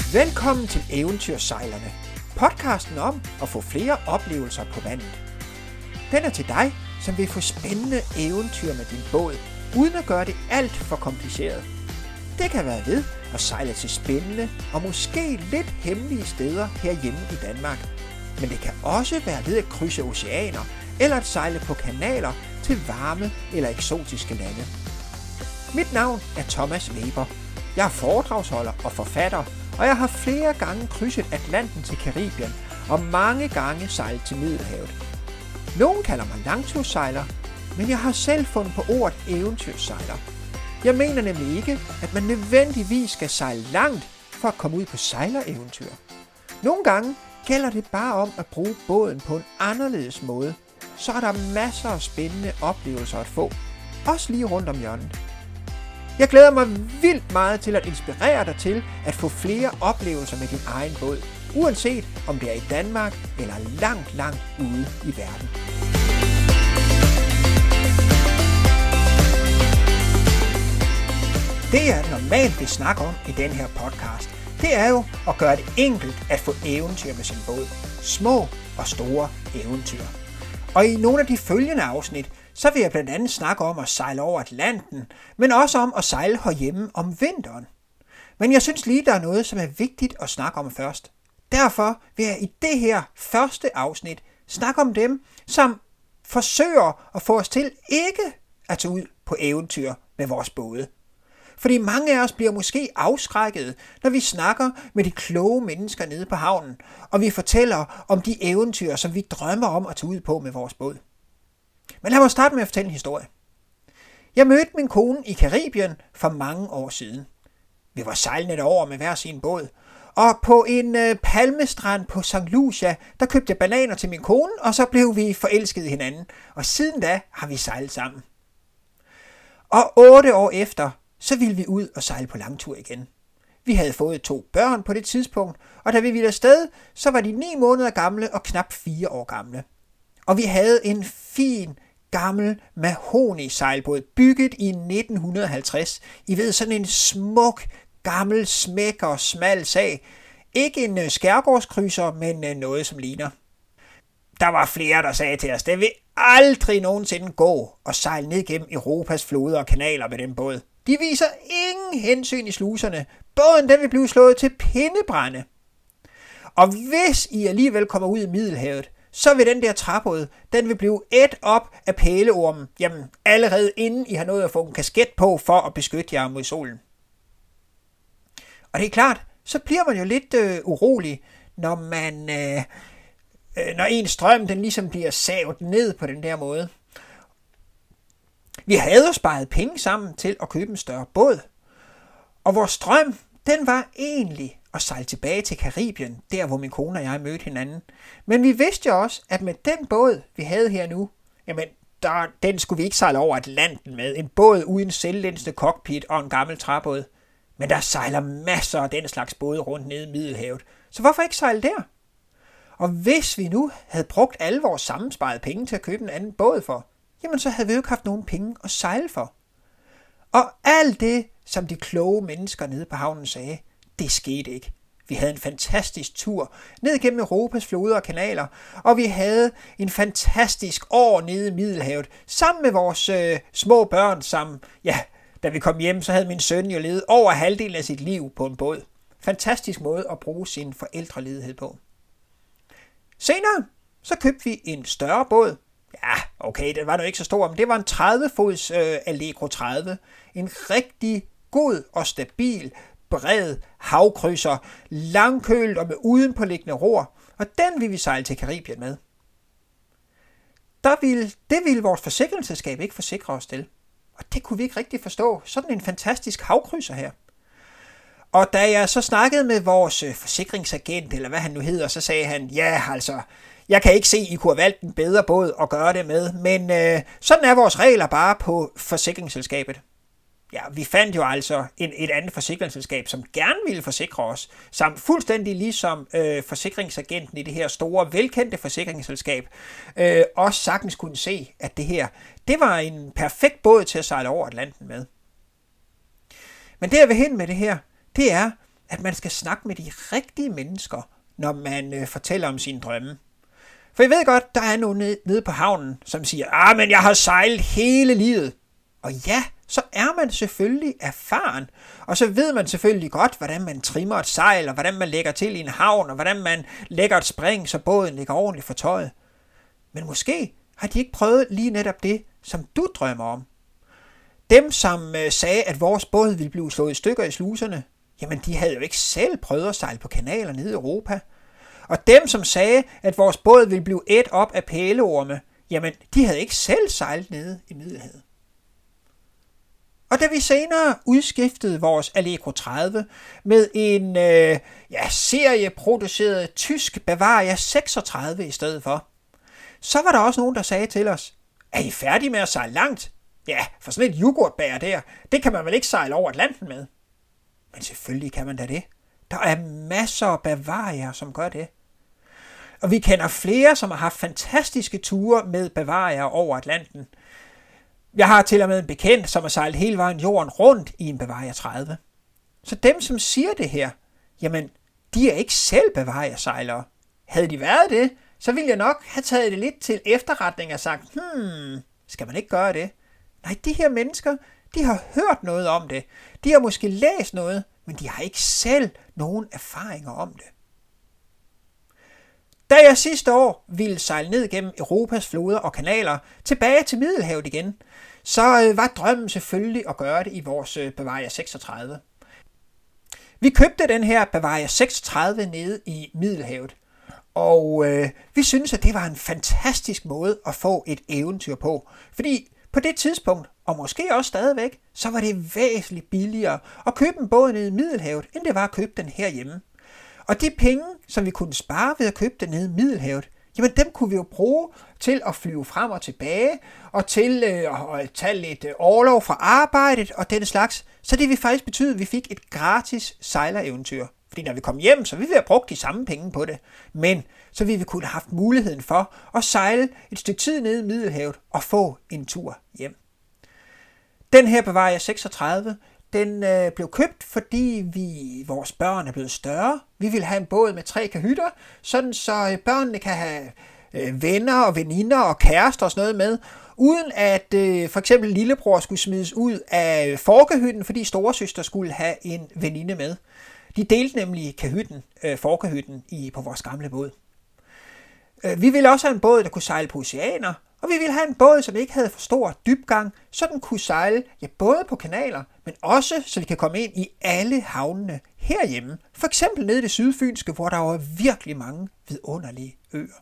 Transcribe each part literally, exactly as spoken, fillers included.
Velkommen til Eventyrsejlerne, podcasten om at få flere oplevelser på vandet. Den er til dig, som vil få spændende eventyr med din båd, uden at gøre det alt for kompliceret. Det kan være ved at sejle til spændende og måske lidt hemmelige steder herhjemme i Danmark. Men det kan også være ved at krydse oceaner eller at sejle på kanaler til varme eller eksotiske lande. Mit navn er Thomas Weber. Jeg er foredragsholder og forfatter, og jeg har flere gange krydset Atlanten til Caribien og mange gange sejlet til Middelhavet. Nogen kalder mig langturssejler, men jeg har selv fundet på ordet eventyrsejler. Jeg mener nemlig ikke, at man nødvendigvis skal sejle langt for at komme ud på sejlereventyr. Nogle gange gælder det bare om at bruge båden på en anderledes måde, så er der masser af spændende oplevelser at få, også lige rundt om hjørnet. Jeg glæder mig vildt meget til at inspirere dig til at få flere oplevelser med din egen båd, uanset om det er i Danmark eller langt, langt ude i verden. Det jeg normalt vil snakke om i den her podcast, det er jo at gøre det enkelt at få eventyr med sin båd. Små og store eventyr. Og i nogle af de følgende afsnit, så vil jeg blandt andet snakke om at sejle over Atlanten, men også om at sejle herhjemme om vinteren. Men jeg synes lige, der er noget, som er vigtigt at snakke om først. Derfor vil jeg i det her første afsnit snakke om dem, som forsøger at få os til ikke at tage ud på eventyr med vores både. Fordi mange af os bliver måske afskrækket, når vi snakker med de kloge mennesker nede på havnen, og vi fortæller om de eventyr, som vi drømmer om at tage ud på med vores båd. Men lad mig starte med at fortælle en historie. Jeg mødte min kone i Caribien for mange år siden. Vi var sejlende derover med hver sin båd, og på en øh, palmestrand på Sankt Lucia, der købte jeg bananer til min kone, og så blev vi forelskede i hinanden, og siden da har vi sejlet sammen. Og otte år efter, så ville vi ud og sejle på langtur igen. Vi havde fået to børn på det tidspunkt, og da vi ville afsted, så var de ni måneder gamle og knap fire år gamle. Og vi havde en fin, gammel mahogni-sejlbåd, bygget i nitten halvtreds. I ved, sådan en smuk, gammel, smæk og smal sag. Ikke en skærgårdskrydser, men noget, som ligner. Der var flere, der sagde til os, det vil aldrig nogensinde gå og sejle ned gennem Europas floder og kanaler med den båd. De viser ingen hensyn i sluserne. Båden den vil blive slået til pindebrænde. Og hvis I alligevel kommer ud i Middelhavet, så vil den der træbåd, den vil blive ædt op af pæleormen, jamen allerede inden I har nået at få en kasket på for at beskytte jer mod solen. Og det er klart, så bliver man jo lidt øh, urolig, når man, øh, øh, når ens strøm den ligesom bliver savet ned på den der måde. Vi havde jo sparet penge sammen til at købe en større båd, og vores drøm, den var egentlig at sejle tilbage til Caribien, der hvor min kone og jeg mødte hinanden. Men vi vidste jo også, at med den båd, vi havde her nu, jamen, der, den skulle vi ikke sejle over Atlanten med. En båd uden selvlænsende cockpit og en gammel træbåd. Men der sejler masser af den slags både rundt nede i Middelhavet. Så hvorfor ikke sejle der? Og hvis vi nu havde brugt alle vores sammensparede penge til at købe en anden båd for, jamen så havde vi jo ikke haft nogen penge at sejle for. Og alt det, som de kloge mennesker nede på havnen sagde, det skete ikke. Vi havde en fantastisk tur ned gennem Europas floder og kanaler, og vi havde en fantastisk år nede i Middelhavet, sammen med vores øh, små børn, som, ja, da vi kom hjem, så havde min søn jo levet over halvdelen af sit liv på en båd. Fantastisk måde at bruge sin forældreledighed på. Senere, så købte vi en større båd. Ja, okay, den var nu ikke så stor, men det var en tredive fods øh, Allegro tredive. En rigtig god og stabil, bred havkrydser, langkølet og med udenpåliggende ror, og den ville vi sejle til Caribien med. Der ville, det ville vores forsikringsselskab ikke forsikre os til, og det kunne vi ikke rigtig forstå. Sådan en fantastisk havkrydser her. Og da jeg så snakkede med vores forsikringsagent, eller hvad han nu hedder, så sagde han, ja altså, jeg kan ikke se, at I kunne have valgt en bedre båd at gøre det med, men øh, sådan er vores regler bare på forsikringsselskabet. Ja, vi fandt jo altså en, et andet forsikringsselskab, som gerne ville forsikre os, samt fuldstændig ligesom øh, forsikringsagenten i det her store, velkendte forsikringsselskab, øh, også sagtens kunne se, at det her, det var en perfekt båd til at sejle over Atlanten med. Men det jeg vil hen med det her, det er, at man skal snakke med de rigtige mennesker, når man øh, fortæller om sine drømme. For jeg ved godt, der er nogen nede, nede på havnen, som siger, ah, men jeg har sejlet hele livet. Og ja, så er man selvfølgelig erfaren, og så ved man selvfølgelig godt, hvordan man trimmer et sejl, og hvordan man lægger til i en havn, og hvordan man lægger et spring, så båden ligger ordentligt fortøjet. Men måske har de ikke prøvet lige netop det, som du drømmer om. Dem, som øh, sagde, at vores båd ville blive slået i stykker i sluserne, jamen de havde jo ikke selv prøvet at sejle på kanaler nede i Europa. Og dem, som sagde, at vores båd ville blive ædt op af pæleorme, jamen de havde ikke selv sejlet nede i Middelhavet. Og da vi senere udskiftede vores Allegro tredive med en øh, ja, serieproduceret tysk Bavaria seksogtredive i stedet for, så var der også nogen, der sagde til os, er I færdige med at sejle langt? Ja, for sådan et yoghurtbær der, det kan man vel ikke sejle over Atlanten med? Men selvfølgelig kan man da det. Der er masser af Bavarier, som gør det. Og vi kender flere, som har haft fantastiske ture med Bavarier over Atlanten. Jeg har til og med en bekendt, som har sejlet hele vejen jorden rundt i en Bavaria tredive. Så dem, som siger det her, jamen, de er ikke selv Bavaria-sejlere. Havde de været det, så ville jeg nok have taget det lidt til efterretning og sagt, hmm, skal man ikke gøre det? Nej, de her mennesker, de har hørt noget om det. De har måske læst noget, men de har ikke selv nogen erfaringer om det. Da jeg sidste år ville sejle ned gennem Europas floder og kanaler tilbage til Middelhavet igen, så var drømmen selvfølgelig at gøre det i vores Bavaria seksogtredive. Vi købte den her Bavaria seksogtredive nede i Middelhavet, og øh, vi synes, at det var en fantastisk måde at få et eventyr på, fordi på det tidspunkt, og måske også stadigvæk, så var det væsentligt billigere at købe en båd nede i Middelhavet, end det var at købe den herhjemme. Og de penge, som vi kunne spare ved at købe den nede i Middelhavet, jamen dem kunne vi jo bruge til at flyve frem og tilbage, og til øh, at tage lidt øh, orlov fra arbejdet og den slags. Så det vil faktisk betyde, at vi fik et gratis sejlereventyr. Fordi når vi kom hjem, så ville vi have brugt de samme penge på det. Men så ville vi kunne have haft muligheden for at sejle et stykke tid nede i Middelhavet og få en tur hjem. Den her Bavaria seksogtredive, den øh, blev købt, fordi vi, vores børn er blevet større. Vi ville have en båd med tre kahytter, sådan så børnene kan have øh, venner og veninder og kærester og sådan noget med, uden at øh, for eksempel lillebror skulle smides ud af forkahytten, fordi storesøster skulle have en veninde med. De delte nemlig kahytten, øh, forkahytten i, på vores gamle båd. Øh, vi ville også have en båd, der kunne sejle på oceaner, og vi ville have en båd, som ikke havde for stor dybgang, så den kunne sejle ja, både på kanaler, men også så vi kan komme ind i alle havnene herhjemme. For eksempel nede i det sydfynske, hvor der var virkelig mange vidunderlige øer.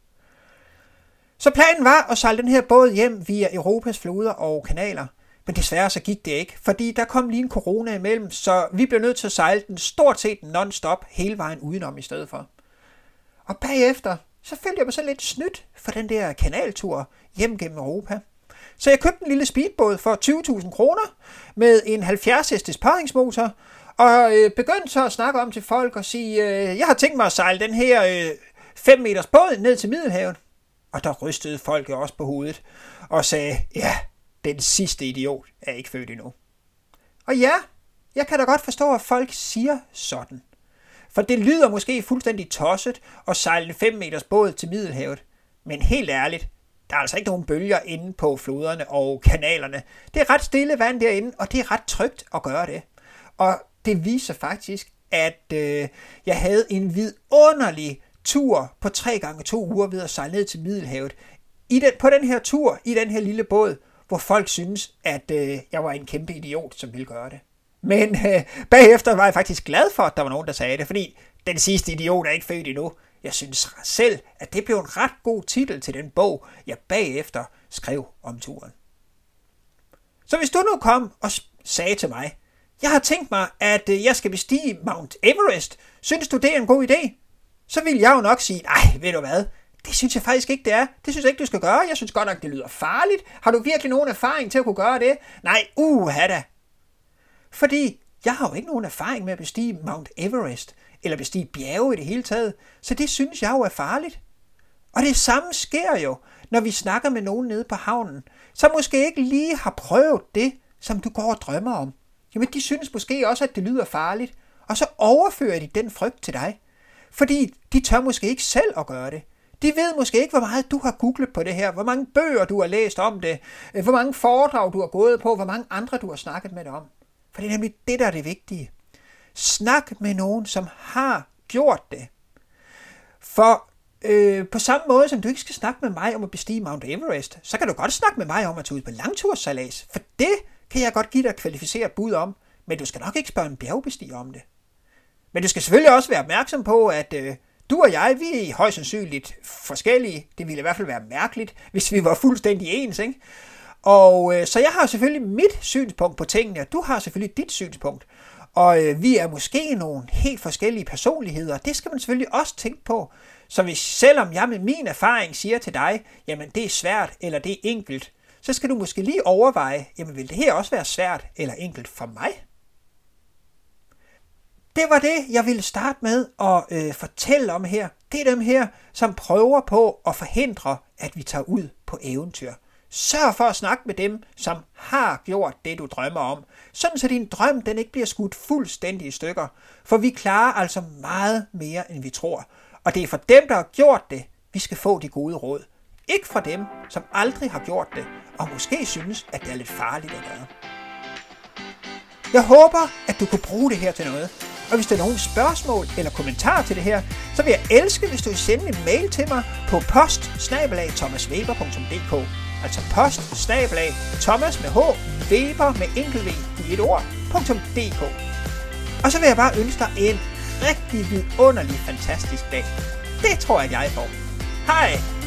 Så planen var at sejle den her båd hjem via Europas floder og kanaler. Men desværre så gik det ikke, fordi der kom lige en corona imellem, så vi blev nødt til at sejle den stort set non-stop hele vejen udenom i stedet for. Og bagefter, så følte jeg mig så lidt snydt for den der kanaltur hjem gennem Europa. Så jeg købte en lille speedbåd for tyve tusind kroner med en halvfjerds hestes påhængsmotor, og øh, begyndte så at snakke om til folk og sige, øh, jeg har tænkt mig at sejle den her fem øh, meters båd ned til Middelhavet. Og der rystede folk også på hovedet og sagde, ja, den sidste idiot er ikke født endnu. Og ja, jeg kan da godt forstå, at folk siger sådan. For det lyder måske fuldstændig tosset at sejle en fem meters båd til Middelhavet. Men helt ærligt, der er altså ikke nogen bølger inde på floderne og kanalerne. Det er ret stille vand derinde, og det er ret trygt at gøre det. Og det viser faktisk, at øh, jeg havde en vidunderlig tur på tre gange to uger ved at sejle ned til Middelhavet. I den, på den her tur, i den her lille båd, hvor folk synes, at øh, jeg var en kæmpe idiot, som ville gøre det. Men øh, bagefter var jeg faktisk glad for, at der var nogen, der sagde det, fordi den sidste idiot er ikke født endnu. Jeg synes selv, at det blev en ret god titel til den bog, jeg bagefter skrev om turen. Så hvis du nu kom og sagde til mig, jeg har tænkt mig, at øh, jeg skal bestige Mount Everest, synes du, det er en god idé? Så vil jeg jo nok sige, nej, ved du hvad? Det synes jeg faktisk ikke, det er. Det synes jeg ikke, du skal gøre. Jeg synes godt nok, det lyder farligt. Har du virkelig nogen erfaring til at kunne gøre det? Nej, uha da. Fordi jeg har jo ikke nogen erfaring med at bestige Mount Everest, eller bestige bjerge i det hele taget, så det synes jeg jo er farligt. Og det samme sker jo, når vi snakker med nogen nede på havnen, som måske ikke lige har prøvet det, som du går og drømmer om. Jamen, de synes måske også, at det lyder farligt, og så overfører de den frygt til dig. Fordi de tør måske ikke selv at gøre det. De ved måske ikke, hvor meget du har googlet på det her, hvor mange bøger du har læst om det, hvor mange foredrag du har gået på, hvor mange andre du har snakket med dig om. For det er nemlig det, der er det vigtige. Snak med nogen, som har gjort det. For øh, på samme måde, som du ikke skal snakke med mig om at bestige Mount Everest, så kan du godt snakke med mig om at tage ud på langturssejlads. For det kan jeg godt give dig et kvalificeret bud om, men du skal nok ikke spørge en bjergbestiger om det. Men du skal selvfølgelig også være opmærksom på, at øh, du og jeg, vi er højst sandsynligt forskellige. Det ville i hvert fald være mærkeligt, hvis vi var fuldstændig ens, ikke? Og øh, så jeg har selvfølgelig mit synspunkt på tingene, og du har selvfølgelig dit synspunkt. Og øh, vi er måske nogle helt forskellige personligheder, og det skal man selvfølgelig også tænke på. Så hvis selvom jeg med min erfaring siger til dig, jamen det er svært, eller det er enkelt, så skal du måske lige overveje, jamen vil det her også være svært eller enkelt for mig? Det var det, jeg ville starte med at øh, fortælle om her. Det er dem her, som prøver på at forhindre, at vi tager ud på eventyr. Sørg for at snakke med dem, som har gjort det, du drømmer om. Sådan så din drøm den ikke bliver skudt fuldstændig i stykker. For vi klarer altså meget mere, end vi tror. Og det er for dem, der har gjort det, vi skal få de gode råd. Ikke fra dem, som aldrig har gjort det, og måske synes, at det er lidt farligt at gøre. Jeg håber, at du kunne bruge det her til noget. Og hvis der er nogle spørgsmål eller kommentarer til det her, så vil jeg elske, hvis du vil sende en mail til mig på post bindestreg thomas weber punktum d k. Altså post bindestreg thomas med h, weber med enkelt v i et ord, .dk. Og så vil jeg bare ønske dig en rigtig vidunderlig, fantastisk dag. Det tror jeg, at jeg får. Hej!